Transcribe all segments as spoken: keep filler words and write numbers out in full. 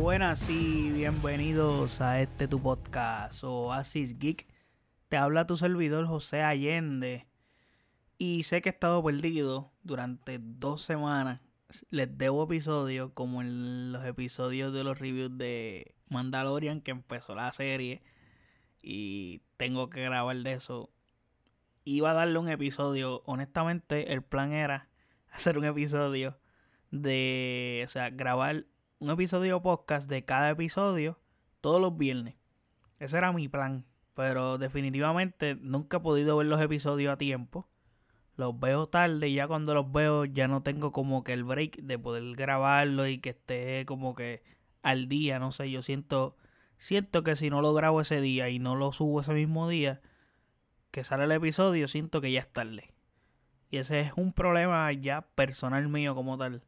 buenas y bienvenidos a este tu podcast Oasis Geek. Te habla tu servidor José Allende y sé que he estado perdido durante dos semanas. Les debo episodios como en los episodios de los reviews de Mandalorian, que empezó la serie y tengo que grabar de eso. Iba a darle un episodio, honestamente el plan era hacer un episodio de, o sea, grabar un episodio podcast de cada episodio todos los viernes. Ese era mi plan, pero definitivamente nunca he podido ver los episodios a tiempo. Los veo tarde y ya cuando los veo ya no tengo como que el break de poder grabarlo y que esté como que al día, no sé, yo siento siento que si no lo grabo ese día y no lo subo ese mismo día que sale el episodio, siento que ya es tarde. Y ese es un problema ya personal mío como tal.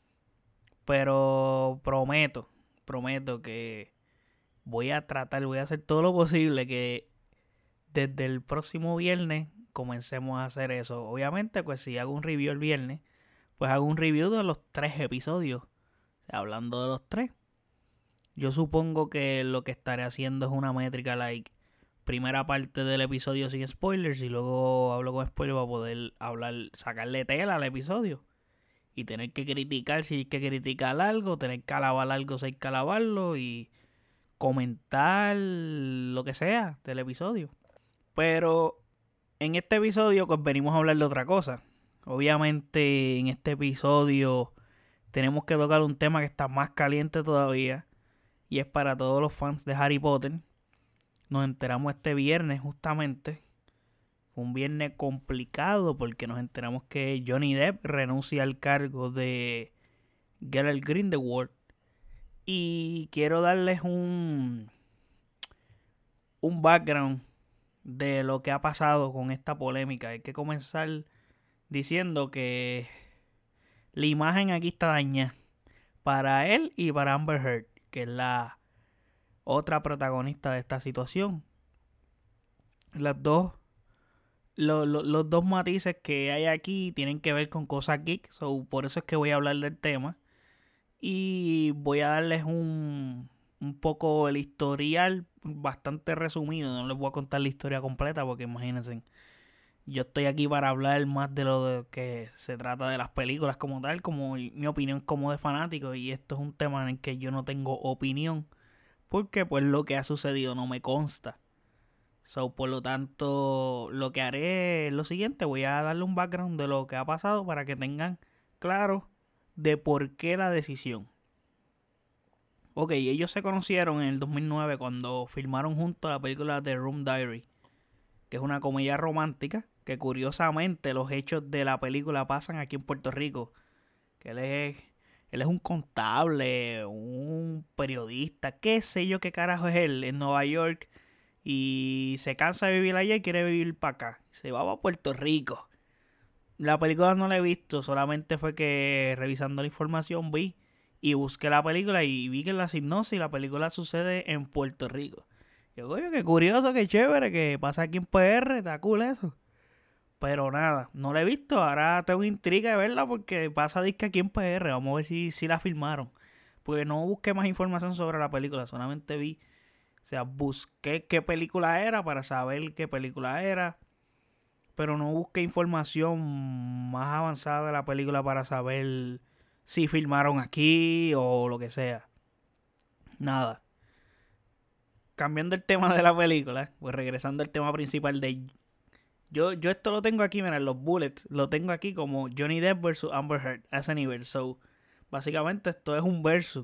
Pero prometo, prometo que voy a tratar, voy a hacer todo lo posible que desde el próximo viernes comencemos a hacer eso. Obviamente, pues si hago un review el viernes, pues hago un review de los tres episodios. O sea, hablando de los tres. Yo supongo que lo que estaré haciendo es una métrica like primera parte del episodio sin spoilers y luego hablo con spoilers para poder hablar, sacarle tela al episodio. Y tener que criticar si hay que criticar algo, tener que alabar algo si hay que alabarlo y comentar lo que sea del episodio. Pero en este episodio pues venimos a hablar de otra cosa. Obviamente en este episodio tenemos que tocar un tema que está más caliente todavía y es para todos los fans de Harry Potter. Nos enteramos este viernes justamente. Fue un viernes complicado porque nos enteramos que Johnny Depp renuncia al cargo de Geralt Grindelwald. Y quiero darles un, un background de lo que ha pasado con esta polémica. Hay que comenzar diciendo que la imagen aquí está dañada para él y para Amber Heard, que es la otra protagonista de esta situación. Las dos Los, los, los dos matices que hay aquí tienen que ver con cosas geek, so, por eso es que voy a hablar del tema y voy a darles un, un poco el historial bastante resumido. No les voy a contar la historia completa porque imagínense, yo estoy aquí para hablar más de lo de que se trata de las películas como tal, como mi opinión como de fanático, y esto es un tema en el que yo no tengo opinión porque pues lo que ha sucedido no me consta. So, por lo tanto, lo que haré es lo siguiente. Voy a darle un background de lo que ha pasado para que tengan claro de por qué la decisión. Ok, ellos se conocieron en el dos mil nueve cuando filmaron juntos la película The Room Diary, que es una comedia romántica que curiosamente los hechos de la película pasan aquí en Puerto Rico. Que él es, él es un contable, un periodista, qué sé yo qué carajo es él, en Nueva York. Y se cansa de vivir allá y quiere vivir para acá. Se va a Puerto Rico. La película no la he visto. Solamente fue que revisando la información vi y busqué la película y vi que en la sinopsis la película sucede en Puerto Rico. Yo, coño, qué curioso, qué chévere, que pasa aquí en P R. Está cool eso. Pero nada, no la he visto. Ahora tengo intriga de verla porque pasa disque aquí en P R. Vamos a ver si, si la filmaron. Porque no busqué más información sobre la película. Solamente vi... O sea, busqué qué película era para saber qué película era. Pero no busqué información más avanzada de la película para saber si filmaron aquí o lo que sea. Nada. Cambiando el tema de la película, pues regresando al tema principal de... Yo, yo esto lo tengo aquí, miren, los bullets. Lo tengo aquí como Johnny Depp versus Amber Heard. A ese nivel. So, básicamente esto es un versus.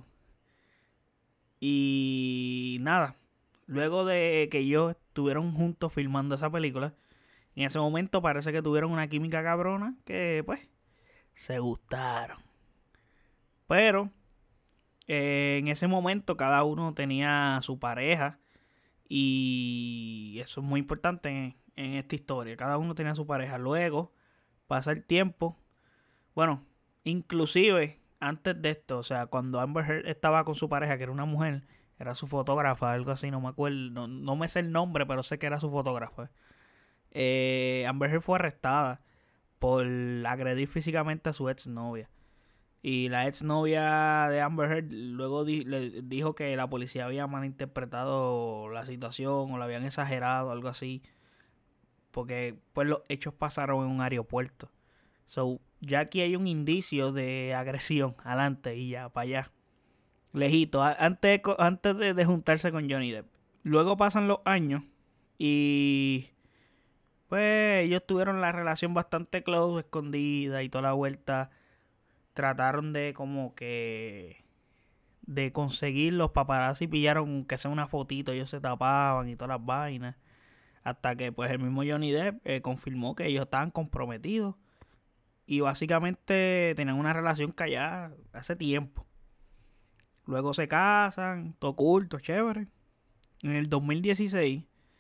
Y nada. Luego de que ellos estuvieron juntos filmando esa película, en ese momento parece que tuvieron una química cabrona que, pues, se gustaron. Pero, eh, en ese momento cada uno tenía su pareja y eso es muy importante en, en esta historia. Cada uno tenía su pareja. Luego, pasa el tiempo. Bueno, inclusive antes de esto, o sea, cuando Amber Heard estaba con su pareja, que era una mujer... Era su fotógrafa, algo así, no me acuerdo. No, no me sé el nombre, pero sé que era su fotógrafa. Eh, Amber Heard fue arrestada por agredir físicamente a su exnovia. Y la exnovia de Amber Heard luego di- le dijo que la policía había malinterpretado la situación o la habían exagerado, algo así. Porque pues los hechos pasaron en un aeropuerto. So, ya aquí hay un indicio de agresión. Adelante y ya, para allá. Lejito, a- antes, de co- antes de, de juntarse con Johnny Depp. Luego pasan los años y pues ellos tuvieron la relación bastante close, escondida y toda la vuelta. Trataron de como que de conseguir los paparazzi, pillaron que sea una fotito, ellos se tapaban y todas las vainas. Hasta que pues el mismo Johnny Depp eh, confirmó que ellos estaban comprometidos. Y básicamente tenían una relación callada hace tiempo. Luego se casan, todo oculto, chévere. En el dos mil dieciséis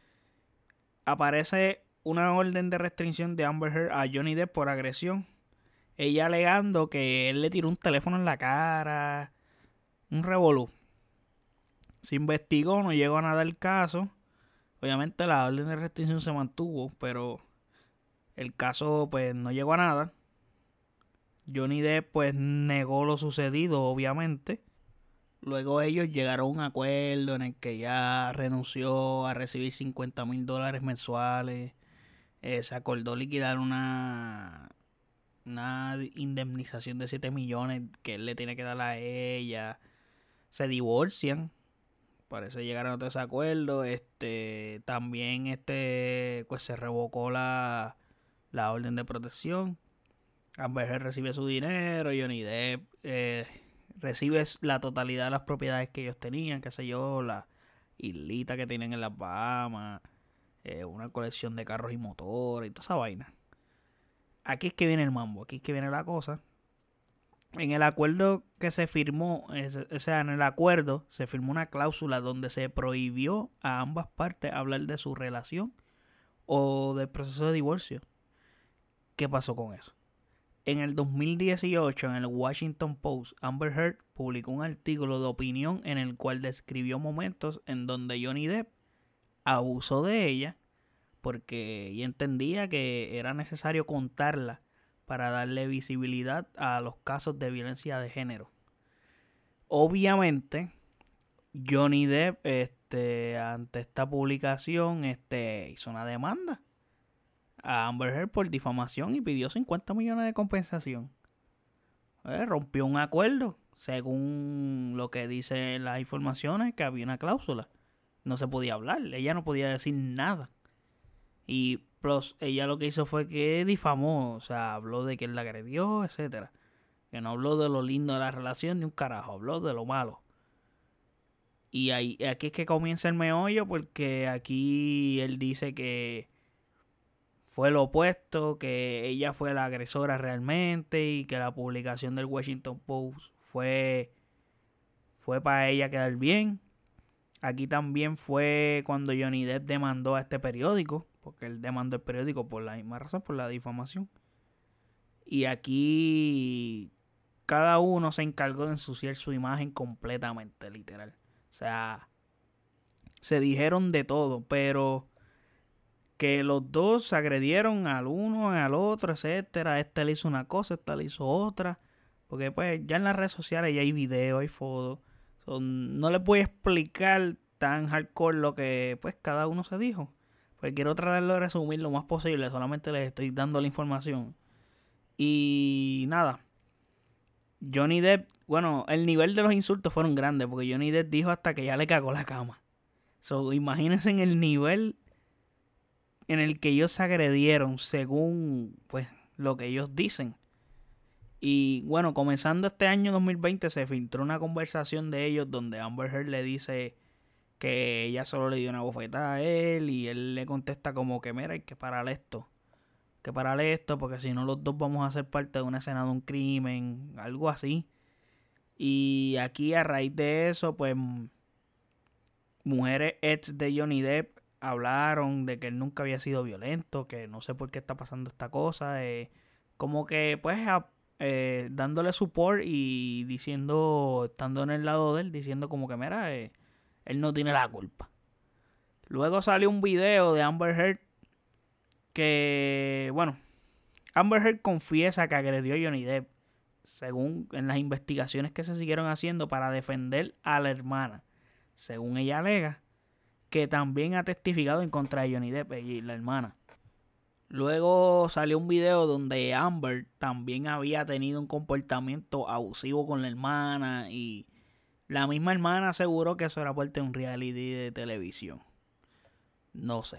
aparece una orden de restricción de Amber Heard a Johnny Depp por agresión. Ella alegando que él le tiró un teléfono en la cara. Un revolú. Se investigó, no llegó a nada el caso. Obviamente la orden de restricción se mantuvo, pero el caso pues no llegó a nada. Johnny Depp pues negó lo sucedido, obviamente. Luego ellos llegaron a un acuerdo en el que ya renunció a recibir cincuenta mil dólares mensuales. Eh, se acordó liquidar una, una indemnización de siete millones que él le tiene que dar a ella. Se divorcian. Parece llegaron a otro desacuerdo. Este, también este, pues se revocó la, la orden de protección. Amber Heard recibe su dinero. Johnny Depp eh, recibe la totalidad de las propiedades que ellos tenían, qué sé yo, la islita que tienen en las Bahamas, eh, una colección de carros y motores y toda esa vaina. Aquí es que viene el mambo, aquí es que viene la cosa. En el acuerdo que se firmó, o sea, en el acuerdo se firmó una cláusula donde se prohibió a ambas partes hablar de su relación o del proceso de divorcio. ¿Qué pasó con eso? En el dos mil dieciocho, en el Washington Post, Amber Heard publicó un artículo de opinión en el cual describió momentos en donde Johnny Depp abusó de ella porque ella entendía que era necesario contarla para darle visibilidad a los casos de violencia de género. Obviamente, Johnny Depp, este, ante esta publicación, este, hizo una demanda a Amber Heard por difamación y pidió cincuenta millones de compensación. Eh, rompió un acuerdo, según lo que dicen las informaciones, que había una cláusula. No se podía hablar, ella no podía decir nada. Y plus, ella lo que hizo fue que difamó, o sea, habló de que él la agredió, etcétera. Que no habló de lo lindo de la relación ni un carajo, habló de lo malo. Y ahí, aquí es que comienza el meollo, porque aquí él dice que fue lo opuesto, que ella fue la agresora realmente y que la publicación del Washington Post fue, fue para ella quedar bien. Aquí también fue cuando Johnny Depp demandó a este periódico, porque él demandó el periódico por la misma razón, por la difamación. Y aquí cada uno se encargó de ensuciar su imagen completamente, literal. O sea, se dijeron de todo, pero que los dos se agredieron al uno, al otro, etcétera. Este le hizo una cosa, esta le hizo otra. Porque pues ya en las redes sociales ya hay videos, hay fotos. So, no les voy a explicar tan hardcore lo que pues cada uno se dijo. Pues quiero tratar de resumir lo más posible. Solamente les estoy dando la información. Y nada. Johnny Depp, bueno, el nivel de los insultos fueron grandes. Porque Johnny Depp dijo hasta que ya le cagó la cama. So, imagínense en el nivel en el que ellos se agredieron según pues lo que ellos dicen. Y bueno, comenzando este año dos mil veinte se filtró una conversación de ellos donde Amber Heard le dice que ella solo le dio una bofetada a él y él le contesta como que mira, hay que parar esto. Hay que parar esto porque si no los dos vamos a ser parte de una escena de un crimen, algo así. Y aquí a raíz de eso pues mujeres ex de Johnny Depp hablaron de que él nunca había sido violento, que no sé por qué está pasando esta cosa, eh, como que pues a, eh, dándole support y diciendo, estando en el lado de él, diciendo como que mira, eh, él no tiene la culpa. Luego salió un video de Amber Heard que, bueno, Amber Heard confiesa que agredió a Johnny Depp, según en las investigaciones que se siguieron haciendo para defender a la hermana, según ella alega, que también ha testificado en contra de Johnny Depp y la hermana. Luego salió un video donde Amber también había tenido un comportamiento abusivo con la hermana y la misma hermana aseguró que eso era parte de un reality de televisión. No sé.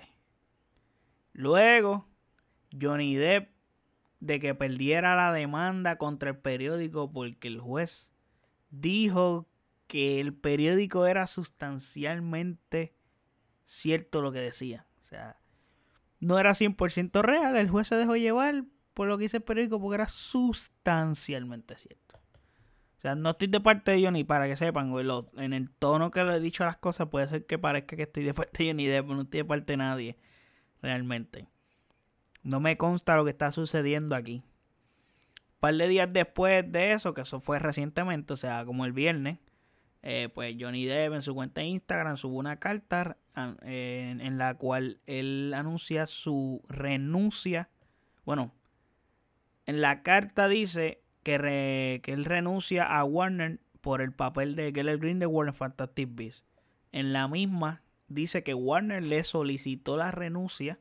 Luego, Johnny Depp, de que perdiera la demanda contra el periódico porque el juez dijo que el periódico era sustancialmente cierto lo que decía. O sea, no era cien por ciento real. El juez se dejó llevar por lo que dice el periódico porque era sustancialmente cierto. O sea, no estoy de parte de Johnny, para que sepan, güey, lo, en el tono que le he dicho las cosas puede ser que parezca que estoy de parte de Johnny Depp, pero no estoy de parte de nadie, realmente. No me consta lo que está sucediendo aquí. Un par de días después de eso, que eso fue recientemente, o sea, como el viernes, eh, pues Johnny Depp en su cuenta de Instagram subió una carta eh, en, en la cual él anuncia su renuncia. Bueno, en la carta dice que, re, que él renuncia a Warner por el papel de Gellert Grindelwald en Fantastic Beasts. En la misma dice que Warner le solicitó la renuncia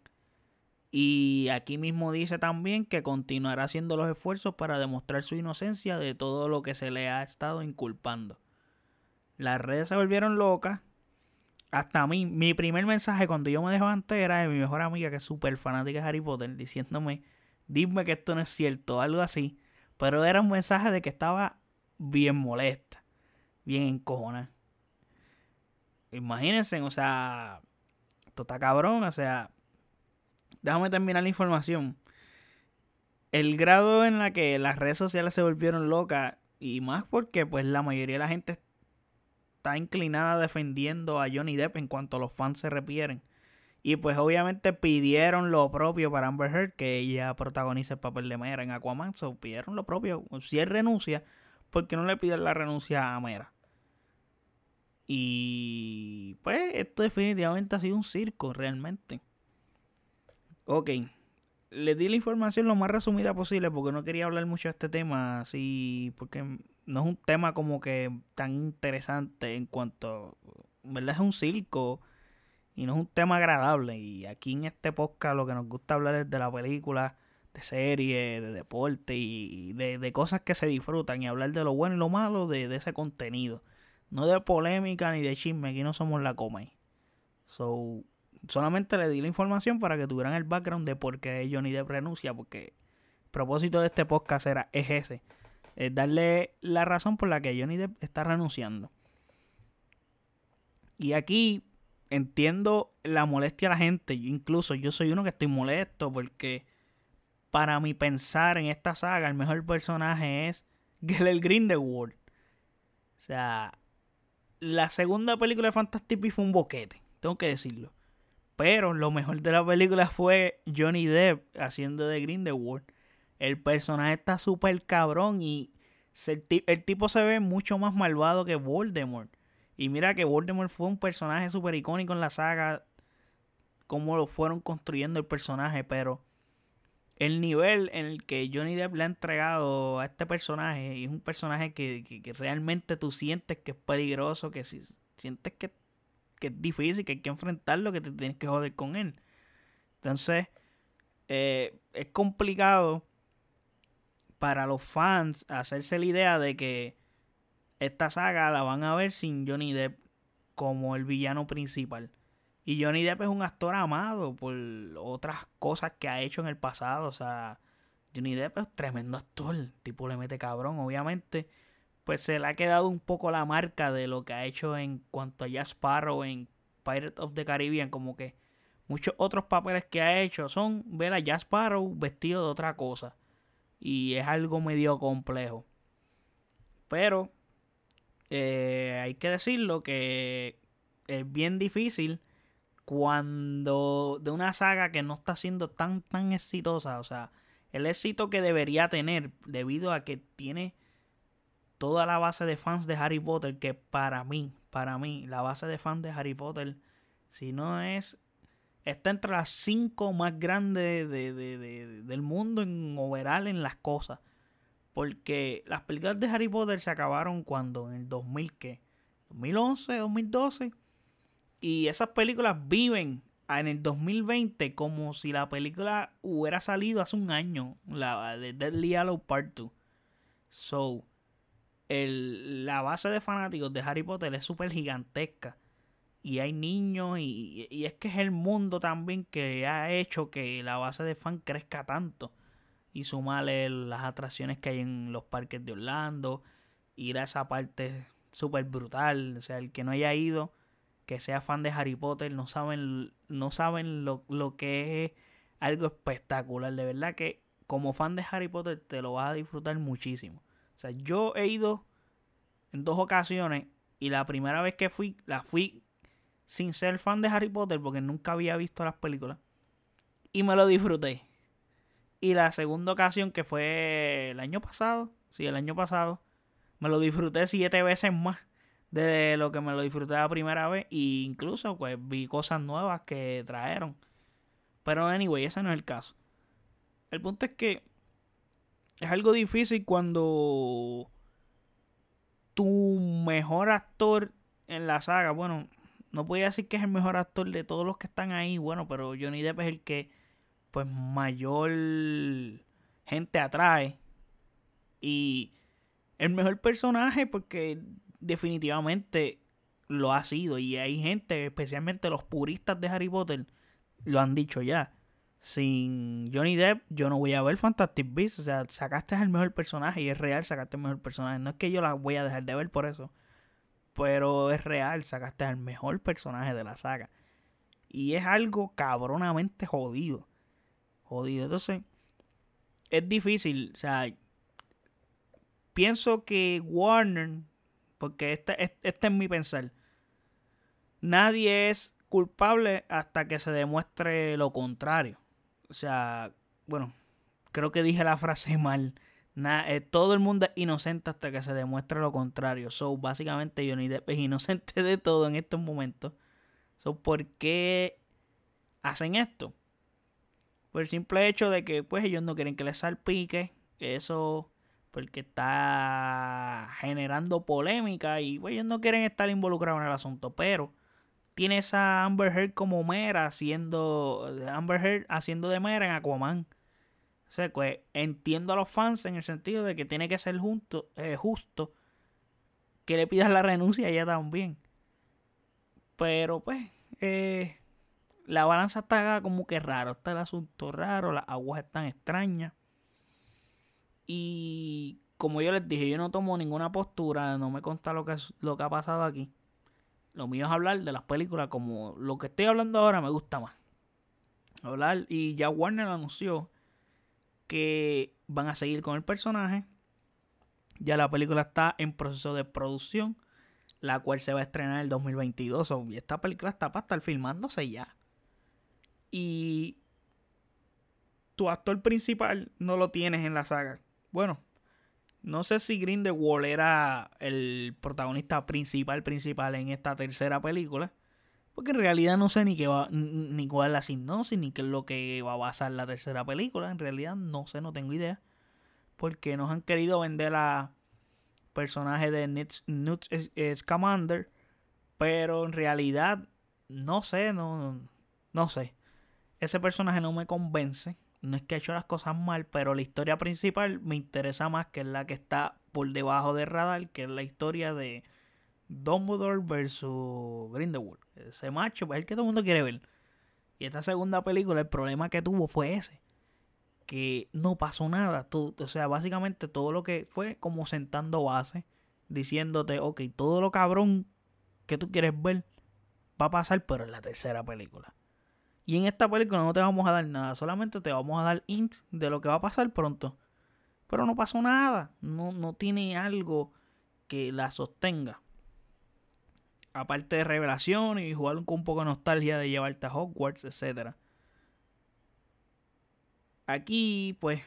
y aquí mismo dice también que continuará haciendo los esfuerzos para demostrar su inocencia de todo lo que se le ha estado inculpando. Las redes se volvieron locas. Hasta a mí, mi primer mensaje cuando yo me levanté era de mi mejor amiga, que es súper fanática de Harry Potter, diciéndome, dime que esto no es cierto, algo así. Pero era un mensaje de que estaba bien molesta, bien encojonada. Imagínense, o sea, esto está cabrón, o sea, déjame terminar la información. El grado en la que las redes sociales se volvieron locas, y más porque pues la mayoría de la gente está inclinada defendiendo a Johnny Depp en cuanto a los fans se refieren. Y pues obviamente pidieron lo propio para Amber Heard, que ella protagoniza el papel de Mera en Aquaman. So, pidieron lo propio. Si él renuncia, ¿por qué no le piden la renuncia a Mera? Y pues esto definitivamente ha sido un circo, realmente. Ok. Les di la información lo más resumida posible porque no quería hablar mucho de este tema así, porque no es un tema como que tan interesante en cuanto, en verdad es un circo y no es un tema agradable. Y aquí en este podcast lo que nos gusta hablar es de la película, de series, de deporte y de, de cosas que se disfrutan y hablar de lo bueno y lo malo de, de ese contenido. No de polémica ni de chisme, aquí no somos la Comay. So, solamente le di la información para que tuvieran el background de por qué Johnny Depp renuncia, porque el propósito de este podcast era, es ese, es darle la razón por la que Johnny Depp está renunciando. Y aquí entiendo la molestia de la gente, yo incluso yo soy uno que estoy molesto porque para mi pensar en esta saga el mejor personaje es Gellert Grindelwald. O sea, la segunda película de Fantastic Beasts fue un boquete, tengo que decirlo. Pero lo mejor de la película fue Johnny Depp haciendo de Grindelwald. El personaje está súper cabrón y se, el tipo se ve mucho más malvado que Voldemort. Y mira que Voldemort fue un personaje súper icónico en la saga, cómo lo fueron construyendo el personaje, pero el nivel en el que Johnny Depp le ha entregado a este personaje, y es un personaje que, que, que realmente tú sientes que es peligroso, que si, sientes que que es difícil, que hay que enfrentarlo, que te tienes que joder con él. Entonces, eh, es complicado para los fans hacerse la idea de que esta saga la van a ver sin Johnny Depp como el villano principal. Y Johnny Depp es un actor amado por otras cosas que ha hecho en el pasado. O sea, Johnny Depp es tremendo actor. El tipo le mete cabrón, obviamente. Pues se le ha quedado un poco la marca de lo que ha hecho en cuanto a Jack Sparrow en Pirates of the Caribbean. Como que muchos otros papeles que ha hecho son ver a Jack Sparrow vestido de otra cosa. Y es algo medio complejo. Pero eh, hay que decirlo que es bien difícil cuando de una saga que no está siendo tan, tan exitosa. O sea, el éxito que debería tener debido a que tiene toda la base de fans de Harry Potter, que para mí, para mí, la base de fans de Harry Potter, si no es, está entre las cinco más grandes de, de, de, de, del mundo en overall en las cosas. Porque las películas de Harry Potter se acabaron cuando, en el dos mil, ¿qué? dos mil once, dos mil doce. Y esas películas viven en el dos mil veinte como si la película hubiera salido hace un año, la de Deathly Hallows Part dos. So, el, la base de fanáticos de Harry Potter es súper gigantesca. Y hay niños y, y es que es el mundo también que ha hecho que la base de fan crezca tanto. Y sumarle las atracciones que hay en los parques de Orlando. Ir a esa parte súper brutal. O sea, el que no haya ido, que sea fan de Harry Potter, no saben, no saben lo, lo que es algo espectacular. De verdad que como fan de Harry Potter te lo vas a disfrutar muchísimo. O sea, yo he ido en dos ocasiones y la primera vez que fui, la fui sin ser fan de Harry Potter porque nunca había visto las películas. Y me lo disfruté. Y la segunda ocasión, que fue el año pasado, sí, el año pasado, me lo disfruté siete veces más de lo que me lo disfruté la primera vez. E incluso pues vi cosas nuevas que trajeron. Pero anyway, ese no es el caso. El punto es que es algo difícil cuando tu mejor actor en la saga, bueno, no podía decir que es el mejor actor de todos los que están ahí, bueno, pero Johnny Depp es el que pues mayor gente atrae. Y el mejor personaje porque definitivamente lo ha sido. Y hay gente, especialmente los puristas de Harry Potter, lo han dicho ya. Sin Johnny Depp yo no voy a ver Fantastic Beasts. O sea, sacaste el mejor personaje y es real, sacaste el mejor personaje. No es que yo la voy a dejar de ver por eso, pero es real, sacaste al mejor personaje de la saga. Y es algo cabronamente jodido. Jodido. Entonces, es difícil. O sea, pienso que Warner, porque este, este es mi pensar, nadie es culpable hasta que se demuestre lo contrario. O sea, bueno, creo que dije la frase mal. Na, eh, todo el mundo es inocente hasta que se demuestre lo contrario. So, básicamente Johnny Depp es inocente de todo en estos momentos. So, ¿por qué hacen esto? Por el simple hecho de que pues ellos no quieren que les salpique. Eso porque está generando polémica y pues ellos no quieren estar involucrados en el asunto. Pero tienes a Amber Heard como Mera haciendo Amber Heard haciendo de Mera en Aquaman. O sea, pues entiendo a los fans en el sentido de que tiene que ser justo, eh, justo que le pidas la renuncia a ella también. Pero pues eh, la balanza está como que raro. Está el asunto raro, las aguas están extrañas. Y como yo les dije, yo no tomo ninguna postura, no me consta lo que, lo que ha pasado aquí. Lo mío es hablar de las películas, como lo que estoy hablando ahora me gusta más. Hablar, y ya Warner anunció que van a seguir con el personaje. Ya la película está en proceso de producción, la cual se va a estrenar en el dos mil veintidós. Y esta película está para estar filmándose ya. Y tu actor principal no lo tienes en la saga. Bueno, no sé si Grindelwald era el protagonista principal principal en esta tercera película, porque en realidad no sé ni qué va, ni cuál es la sinopsis, ni qué es lo que va a basar la tercera película. En realidad no sé, no tengo idea, porque nos han querido vender a personaje de Newt Scamander, pero en realidad no sé, no, no sé. Ese personaje no me convence. No es que ha hecho las cosas mal, pero la historia principal me interesa más, que es la que está por debajo del radar, que es la historia de Dumbledore versus Grindelwald. Ese macho es el que todo el mundo quiere ver. Y esta segunda película, el problema que tuvo fue ese, que no pasó nada. Todo, o sea, básicamente todo lo que fue como sentando base, diciéndote, ok, todo lo cabrón que tú quieres ver va a pasar, pero en la tercera película. Y en esta película no te vamos a dar nada, solamente te vamos a dar hint de lo que va a pasar pronto. Pero no pasó nada, no, no tiene algo que la sostenga. Aparte de revelación y jugar con un poco de nostalgia de llevarte a Hogwarts, etcétera. Aquí, pues,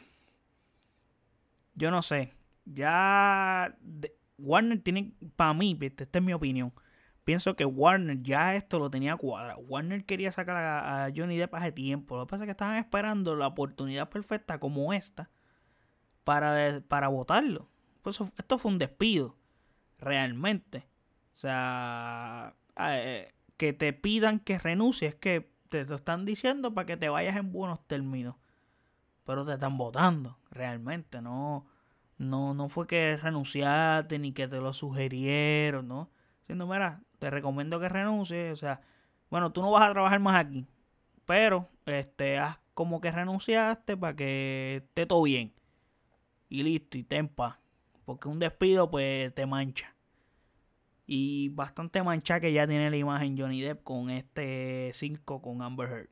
yo no sé. Ya Warner tiene, para mí, esta es mi opinión, pienso que Warner ya esto lo tenía cuadrado. Warner quería sacar a, a Johnny Depp hace tiempo. Lo que pasa es que estaban esperando la oportunidad perfecta como esta para, para votarlo. Pues eso- esto fue un despido, realmente. O sea, eh, que te pidan que renuncies, que te lo están diciendo para que te vayas en buenos términos. Pero te están votando, realmente. No, no, no fue que renunciaste ni que te lo sugirieron, ¿no? Diciendo, mira, te recomiendo que renuncies. O sea, bueno, tú no vas a trabajar más aquí. Pero, este, haz como que renunciaste para que esté todo bien. Y listo, y te en paz. Porque un despido, pues, te mancha. Y bastante mancha que ya tiene la imagen Johnny Depp con este cinco con Amber Heard.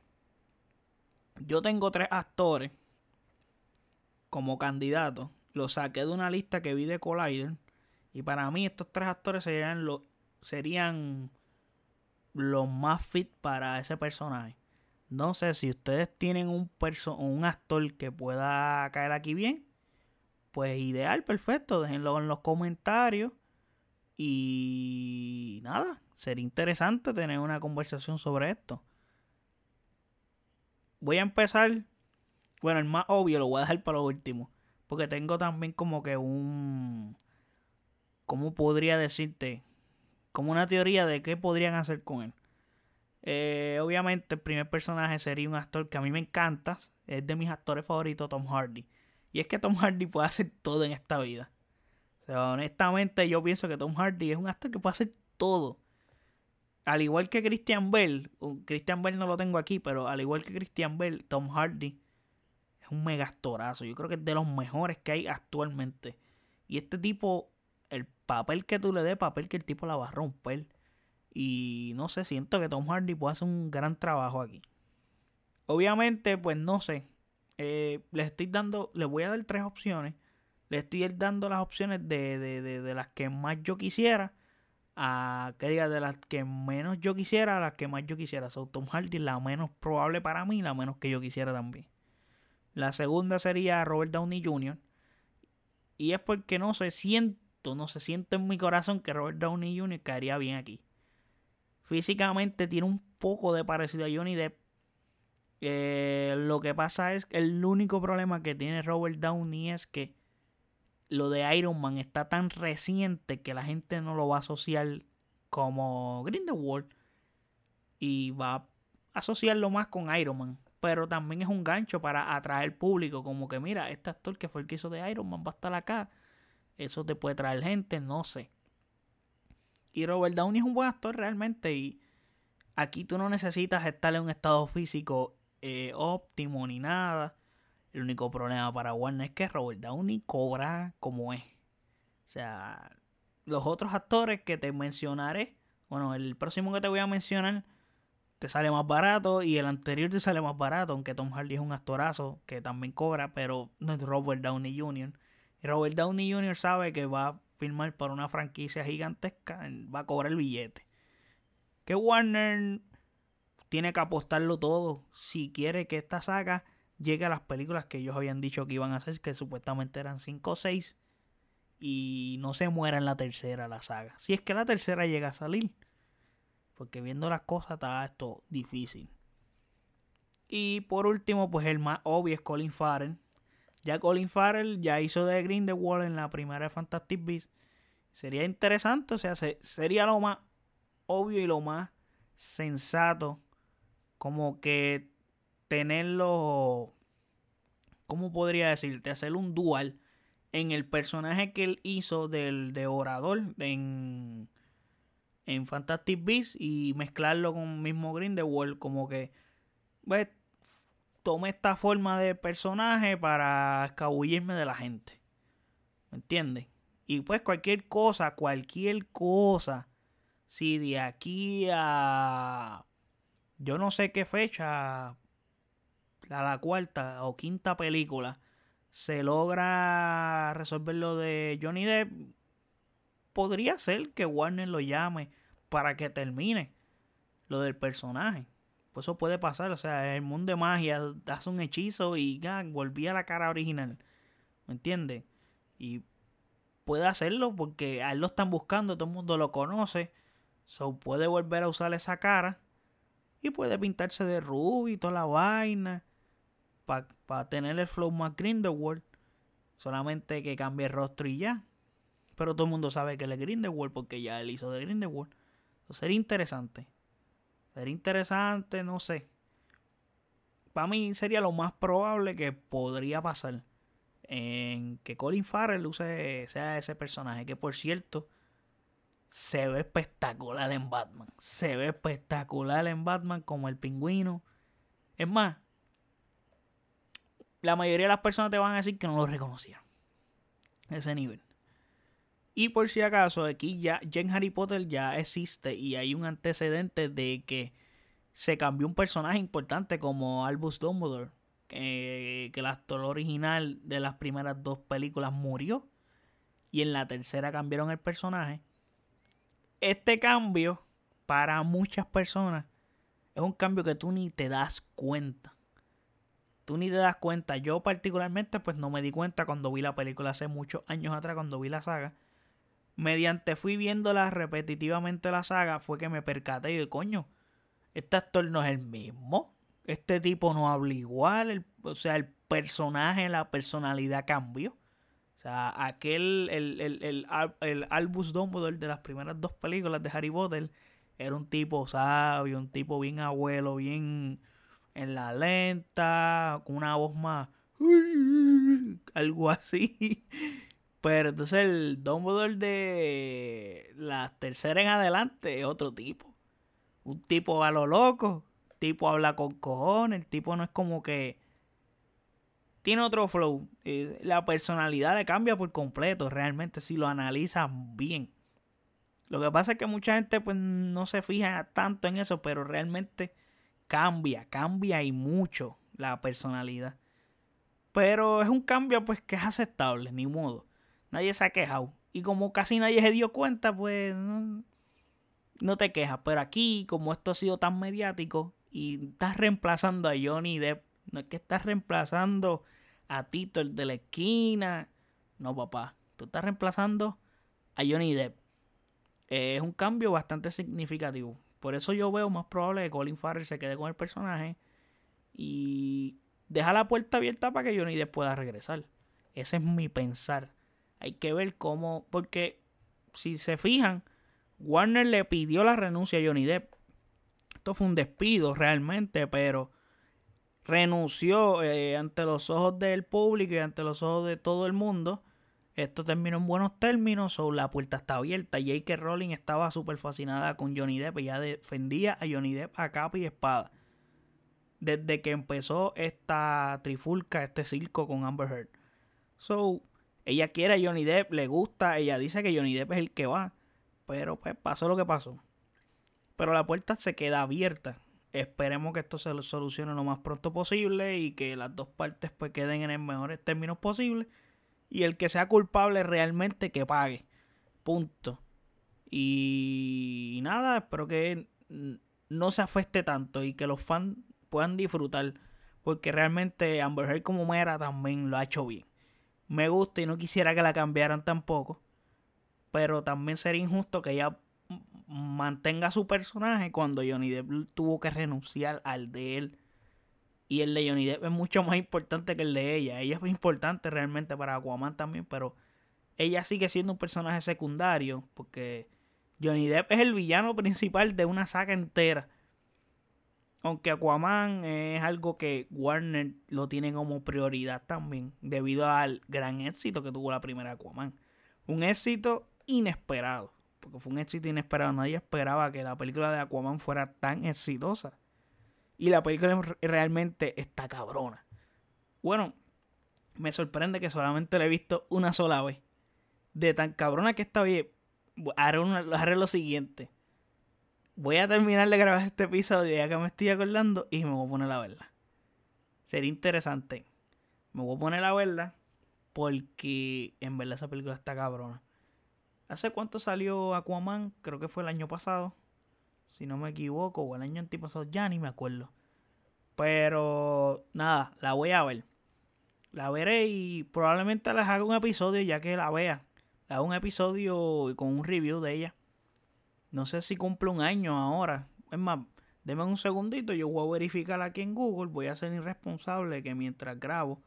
Yo tengo tres actores como candidatos. Los saqué de una lista que vi de Collider. Y para mí estos tres actores serían los, serían los más fit para ese personaje. No sé si ustedes tienen un, perso un actor que pueda caer aquí bien. Pues ideal, perfecto. Déjenlo en los comentarios. Y nada, sería interesante tener una conversación sobre esto. Voy a empezar. Bueno, el más obvio lo voy a dejar para lo último. Porque tengo también como que un... ¿Cómo podría decirte? Como una teoría de qué podrían hacer con él. Eh, obviamente el primer personaje sería un actor que a mí me encanta. Es de mis actores favoritos, Tom Hardy. Y es que Tom Hardy puede hacer todo en esta vida. O sea, honestamente yo pienso que Tom Hardy es un actor que puede hacer todo. Al igual que Christian Bale. Christian Bale no lo tengo aquí, pero al igual que Christian Bale, Tom Hardy es un mega actorazo. Yo creo que es de los mejores que hay actualmente. Y este tipo, el papel que tú le des, papel que el tipo la va a romper. Y no sé, siento que Tom Hardy puede hacer un gran trabajo aquí. Obviamente, pues no sé. Eh, les estoy dando, les voy a dar tres opciones. Les estoy dando las opciones de, de, de, de las que más yo quisiera. A que diga de las que menos yo quisiera a las que más yo quisiera. So, Tom Hardy la menos probable para mí, la menos que yo quisiera también. La segunda sería Robert Downey junior Y es porque no sé, siento, no se siente en mi corazón que Robert Downey junior caería bien aquí. Físicamente tiene un poco de parecido a Johnny Depp. Eh, lo que pasa es que el único problema que tiene Robert Downey es que lo de Iron Man está tan reciente que la gente no lo va a asociar como Grindelwald y va a asociarlo más con Iron Man. Pero también es un gancho para atraer público, como que mira, este actor que fue el que hizo de Iron Man va a estar acá. Eso te puede traer gente, no sé. Y Robert Downey es un buen actor realmente y aquí tú no necesitas estar en un estado físico eh, óptimo ni nada. El único problema para Warner es que Robert Downey cobra como es. O sea, los otros actores que te mencionaré, bueno, el próximo que te voy a mencionar te sale más barato y el anterior te sale más barato, aunque Tom Hardy es un actorazo que también cobra, pero no es Robert Downey junior Y Robert Downey junior sabe que va a firmar para una franquicia gigantesca, va a cobrar el billete. Que Warner tiene que apostarlo todo si quiere que esta saga llegue a las películas que ellos habían dicho que iban a hacer, que supuestamente eran cinco o seis, y no se muera en la tercera la saga. Si es que la tercera llega a salir, porque viendo las cosas está esto difícil. Y por último, pues el más obvio es Colin Farrell. Ya Colin Farrell ya hizo de Grindelwald en la primera de Fantastic Beasts. Sería interesante, o sea, se, sería lo más obvio y lo más sensato, como que tenerlo, ¿cómo podría decirte? Hacer un dual en el personaje que él hizo del de orador en, en Fantastic Beasts y mezclarlo con el mismo Grindelwald, como que pues, tomé esta forma de personaje para escabullirme de la gente, ¿me entiendes? Y pues cualquier cosa, cualquier cosa, si de aquí a yo no sé qué fecha, a la cuarta o quinta película, se logra resolver lo de Johnny Depp, podría ser que Warner lo llame para que termine lo del personaje. Pues eso puede pasar, o sea, el mundo de magia hace un hechizo y ya volvía a la cara original, ¿me entiendes? Y puede hacerlo porque a él lo están buscando, todo el mundo lo conoce, so puede volver a usar esa cara y puede pintarse de rubio y toda la vaina para pa tener el flow más Grindelwald. Solamente que cambie el rostro y ya. Pero todo el mundo sabe que él es Grindelwald porque ya él hizo de Grindelwald. Entonces sería interesante. Sería interesante, no sé. Para mí sería lo más probable que podría pasar. En que Colin Farrell use, sea ese personaje. Que por cierto, se ve espectacular en Batman. Se ve espectacular en Batman como el Pingüino. Es más, la mayoría de las personas te van a decir que no lo reconocían. Ese nivel. Y por si acaso, aquí ya, ya en Harry Potter ya existe y hay un antecedente de que se cambió un personaje importante como Albus Dumbledore. Que, que el actor original de las primeras dos películas murió. Y en la tercera cambiaron el personaje. Este cambio, para muchas personas, es un cambio que tú ni te das cuenta. Tú ni te das cuenta. Yo particularmente pues no me di cuenta cuando vi la película hace muchos años atrás, cuando vi la saga. Mediante fui viéndola repetitivamente la saga, fue que me percaté y de coño, este actor no es el mismo. Este tipo no habla igual. El, o sea, el personaje, la personalidad cambió. O sea, aquel, el, el, el, el Albus Dumbledore de las primeras dos películas de Harry Potter era un tipo sabio, un tipo bien abuelo, bien en la lenta, con una voz más, algo así. Pero entonces el Dumbledore de la tercera en adelante es otro tipo. Un tipo a lo loco. El tipo habla con cojones. El tipo no es como que... Tiene otro flow. Eh, la personalidad le cambia por completo. Realmente si lo analizan bien. Lo que pasa es que mucha gente pues no se fija tanto en eso. Pero realmente cambia. Cambia y mucho la personalidad. Pero es un cambio pues que es aceptable. Ni modo. Nadie se ha quejado. Y como casi nadie se dio cuenta, pues no, no te quejas. Pero aquí, como esto ha sido tan mediático y estás reemplazando a Johnny Depp, no es que estás reemplazando a Tito el de la esquina. No, papá. Tú estás reemplazando a Johnny Depp. Eh, es un cambio bastante significativo. Por eso yo veo más probable que Colin Farrell se quede con el personaje y deja la puerta abierta para que Johnny Depp pueda regresar. Ese es mi pensar. Hay que ver cómo, porque si se fijan, Warner le pidió la renuncia a Johnny Depp. Esto fue un despido realmente, pero renunció eh, ante los ojos del público y ante los ojos de todo el mundo. Esto terminó en buenos términos, so la puerta está abierta. J K. Rowling estaba súper fascinada con Johnny Depp. Ella defendía a Johnny Depp a capa y espada. Desde que empezó esta trifulca, este circo con Amber Heard. So, ella quiere a Johnny Depp, le gusta, ella dice que Johnny Depp es el que va. Pero pues pasó lo que pasó. Pero la puerta se queda abierta. Esperemos que esto se solucione lo más pronto posible y que las dos partes pues queden en los mejores términos posibles. Y el que sea culpable realmente que pague. Punto. Y nada, espero que no se afecte tanto y que los fans puedan disfrutar. Porque realmente Amber Heard como Mera también lo ha hecho bien. Me gusta y no quisiera que la cambiaran tampoco. Pero también sería injusto que ella mantenga su personaje cuando Johnny Depp tuvo que renunciar al de él. Y el de Johnny Depp es mucho más importante que el de ella. Ella es importante realmente para Aquaman también, pero ella sigue siendo un personaje secundario porque Johnny Depp es el villano principal de una saga entera. Aunque Aquaman es algo que Warner lo tiene como prioridad también, debido al gran éxito que tuvo la primera Aquaman. Un éxito inesperado, porque fue un éxito inesperado. Nadie esperaba que la película de Aquaman fuera tan exitosa. Y la película realmente está cabrona. Bueno, me sorprende que solamente la he visto una sola vez. De tan cabrona que está bien, haré, una, haré lo siguiente. Voy a terminar de grabar este episodio ya que me estoy acordando y me voy a poner a verla. Sería interesante. Me voy a poner a verla porque en verdad esa película está cabrona. ¿Hace cuánto salió Aquaman? Creo que fue el año pasado. Si no me equivoco, o el año antipasado, ya ni me acuerdo. Pero nada, la voy a ver. La veré y probablemente les haga un episodio ya que la vea. Le hago un episodio con un review de ella. No sé si cumple un año ahora. Es más, denme un segundito. Yo voy a verificar aquí en Google. Voy a ser irresponsable que mientras grabo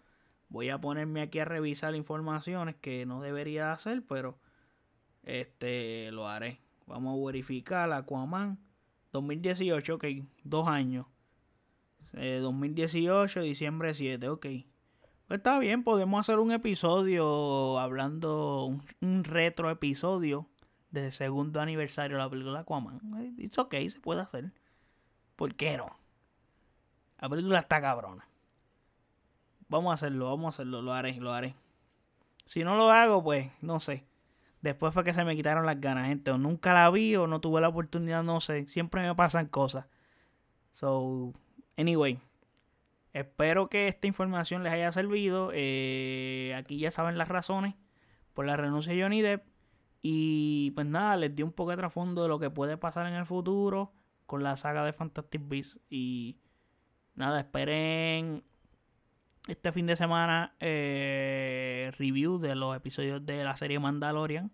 Voy a ponerme aquí a revisar informaciones que no debería hacer, pero este lo haré. Vamos a verificar Aquaman dos mil dieciocho, ok, dos años. Eh, dos mil dieciocho, diciembre siete, ok. Pues está bien, podemos hacer un episodio hablando, un, un retro episodio del segundo aniversario de la película Aquaman. It's ok, se puede hacer. ¿Por qué no? La película está cabrona. Vamos a hacerlo, vamos a hacerlo, lo haré, lo haré. Si no lo hago, pues, no sé. Después fue que se me quitaron las ganas, gente. O nunca la vi o no tuve la oportunidad, no sé. Siempre me pasan cosas. So, anyway. Espero que esta información les haya servido. Eh, aquí ya saben las razones por la renuncia de Johnny Depp. Y pues nada, les di un poco de trasfondo de lo que puede pasar en el futuro con la saga de Fantastic Beasts. Y nada, esperen este fin de semana eh, review de los episodios de la serie Mandalorian.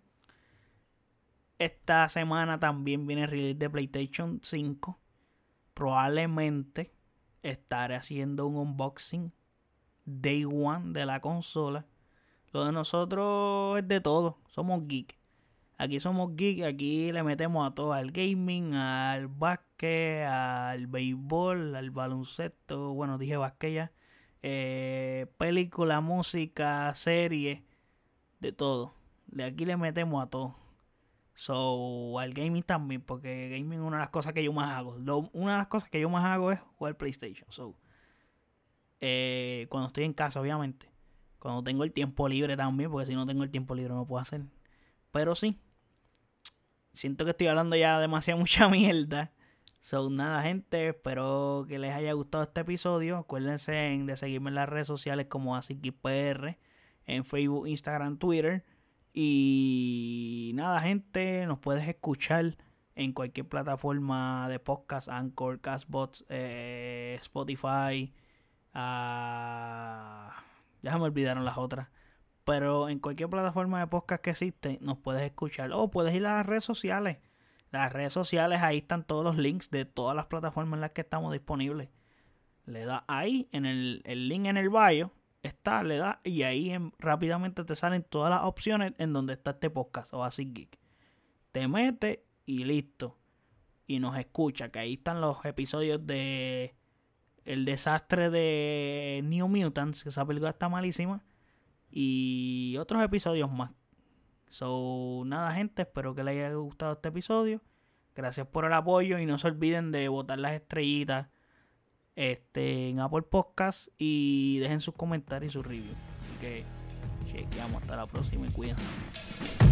Esta semana también viene el release de PlayStation cinco. Probablemente estaré haciendo un unboxing day one de la consola. Lo de nosotros es de todo. Somos geek. Aquí somos geek. Aquí le metemos a todo. Al gaming, al básquet, al béisbol, al baloncesto. Bueno, dije básquet ya. Eh, película, música, serie. De todo. De aquí le metemos a todo. So, al gaming también, porque gaming es una de las cosas que yo más hago. Lo, una de las cosas que yo más hago es jugar PlayStation. So, eh, cuando estoy en casa, obviamente. Cuando tengo el tiempo libre también, porque si no tengo el tiempo libre no puedo hacer. Pero sí, siento que estoy hablando ya demasiada mucha mierda. So, nada, gente, espero que les haya gustado este episodio. Acuérdense de seguirme en las redes sociales como AsiKidPR, en Facebook, Instagram, Twitter. Y nada, gente, nos puedes escuchar en cualquier plataforma de podcast, Anchor, Castbox, eh, Spotify. Uh, ya se me olvidaron las otras. Pero en cualquier plataforma de podcast que existe, nos puedes escuchar. O puedes ir a las redes sociales. Las redes sociales, ahí están todos los links de todas las plataformas en las que estamos disponibles. Le das ahí, en el, el link en el bio. Está, le das y ahí en, rápidamente te salen todas las opciones en donde está este podcast o así geek. Te metes y listo. Y nos escucha, que ahí están los episodios de el desastre de New Mutants, que esa película está malísima. Y otros episodios más. So, nada, gente, espero que les haya gustado este episodio. Gracias por el apoyo y no se olviden de botar las estrellitas Este, en Apple Podcast y dejen sus comentarios y sus reviews. Así que chequeamos, hasta la próxima y cuídense.